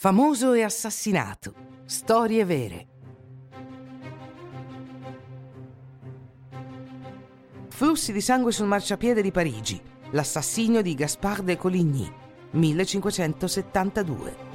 Famoso e assassinato. Storie vere. Flussi di sangue sul marciapiede di Parigi. L'assassinio di Gaspard de Coligny, 1572.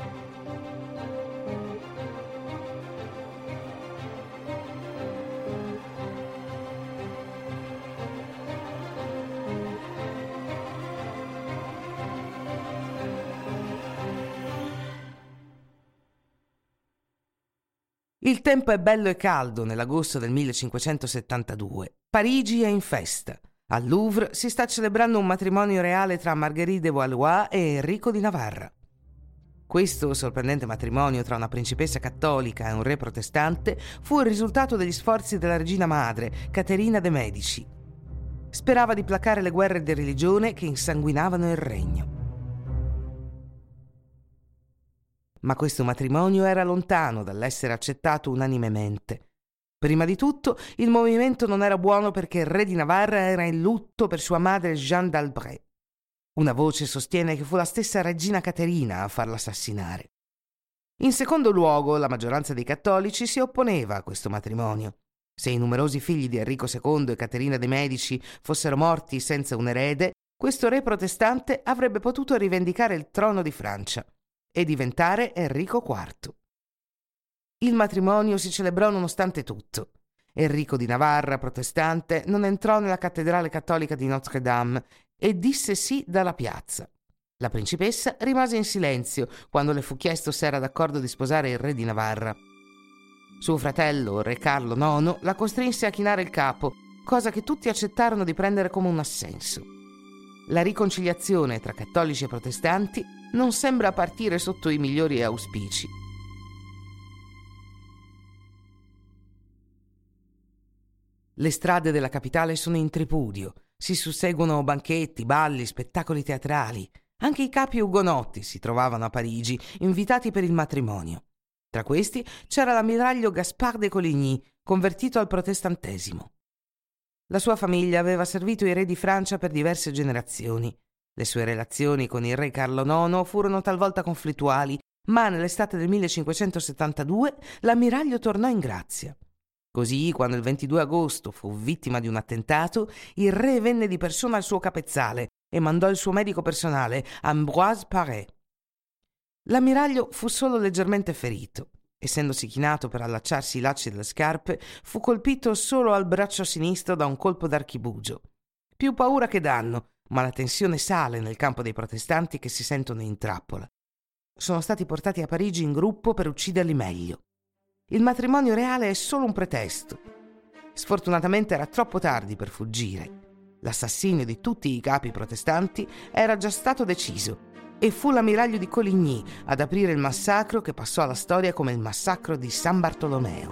Il tempo è bello e caldo nell'agosto del 1572. Parigi è in festa. Al Louvre si sta celebrando un matrimonio reale tra Marguerite de Valois e Enrico di Navarra. Questo sorprendente matrimonio tra una principessa cattolica e un re protestante fu il risultato degli sforzi della regina madre, Caterina de' Medici. Sperava di placare le guerre di religione che insanguinavano il regno. Ma questo matrimonio era lontano dall'essere accettato unanimemente. Prima di tutto, il movimento non era buono perché il re di Navarra era in lutto per sua madre Jeanne d'Albret. Una voce sostiene che fu la stessa regina Caterina a farla assassinare. In secondo luogo, la maggioranza dei cattolici si opponeva a questo matrimonio. Se i numerosi figli di Enrico II e Caterina de' Medici fossero morti senza un erede, questo re protestante avrebbe potuto rivendicare il trono di Francia e diventare Enrico IV. Il matrimonio si celebrò nonostante tutto. Enrico di Navarra, protestante, non entrò nella cattedrale cattolica di Notre-Dame e disse sì dalla piazza. La principessa rimase in silenzio quando le fu chiesto se era d'accordo di sposare il re di Navarra. Suo fratello, re Carlo IX, la costrinse a chinare il capo, cosa che tutti accettarono di prendere come un assenso. La riconciliazione tra cattolici e protestanti non sembra partire sotto i migliori auspici. Le strade della capitale sono in tripudio, si susseguono banchetti, balli, spettacoli teatrali. Anche i capi ugonotti si trovavano a Parigi, invitati per il matrimonio. Tra questi c'era l'ammiraglio Gaspard de Coligny, convertito al protestantesimo. La sua famiglia aveva servito i re di Francia per diverse generazioni. Le sue relazioni con il re Carlo IX furono talvolta conflittuali, ma nell'estate del 1572 l'ammiraglio tornò in grazia. Così, quando il 22 agosto fu vittima di un attentato, il re venne di persona al suo capezzale e mandò il suo medico personale, Ambroise Paré. L'ammiraglio fu solo leggermente ferito. Essendosi chinato per allacciarsi i lacci delle scarpe, fu colpito solo al braccio sinistro da un colpo d'archibugio. Più paura che danno, ma la tensione sale nel campo dei protestanti che si sentono in trappola. Sono stati portati a Parigi in gruppo per ucciderli meglio. Il matrimonio reale è solo un pretesto. Sfortunatamente era troppo tardi per fuggire. L'assassinio di tutti i capi protestanti era già stato deciso e fu l'ammiraglio di Coligny ad aprire il massacro che passò alla storia come il massacro di San Bartolomeo.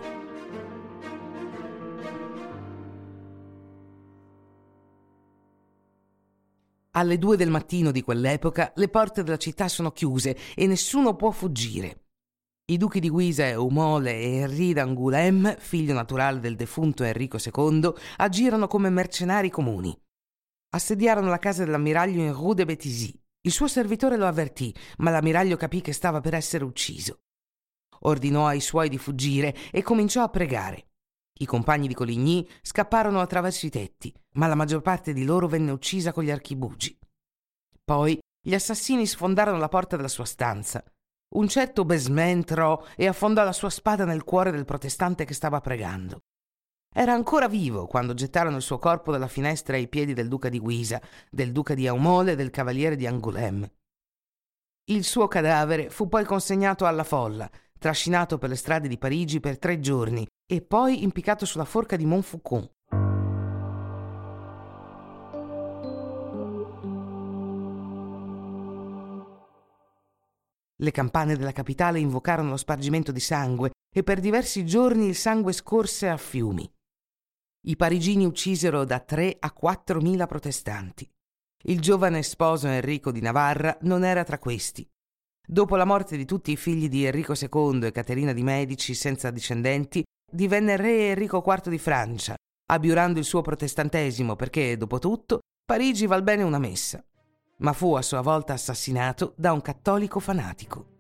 Alle 2 del mattino di quell'epoca le porte della città sono chiuse e nessuno può fuggire. I duchi di Guisa e Aumale e Henri d'Angoulême, figlio naturale del defunto Enrico II, agirono come mercenari comuni. Assediarono la casa dell'ammiraglio in Rue de Béthisy. Il suo servitore lo avvertì, ma l'ammiraglio capì che stava per essere ucciso. Ordinò ai suoi di fuggire e cominciò a pregare. I compagni di Coligny scapparono attraverso i tetti, ma la maggior parte di loro venne uccisa con gli archibugi. Poi gli assassini sfondarono la porta della sua stanza. Un certo Besme entrò e affondò la sua spada nel cuore del protestante che stava pregando. Era ancora vivo quando gettarono il suo corpo dalla finestra ai piedi del duca di Guisa, del duca di Aumale e del cavaliere di Angoulême. Il suo cadavere fu poi consegnato alla folla, trascinato per le strade di Parigi per 3 giorni e poi impiccato sulla forca di Montfaucon. Le campane della capitale invocarono lo spargimento di sangue e per diversi giorni il sangue scorse a fiumi. I parigini uccisero da 3 a 4.000 protestanti. Il giovane sposo Enrico di Navarra non era tra questi. Dopo la morte di tutti i figli di Enrico II e Caterina di' Medici senza discendenti, divenne re Enrico IV di Francia, abiurando il suo protestantesimo perché, dopo tutto, Parigi val bene una messa. Ma fu a sua volta assassinato da un cattolico fanatico.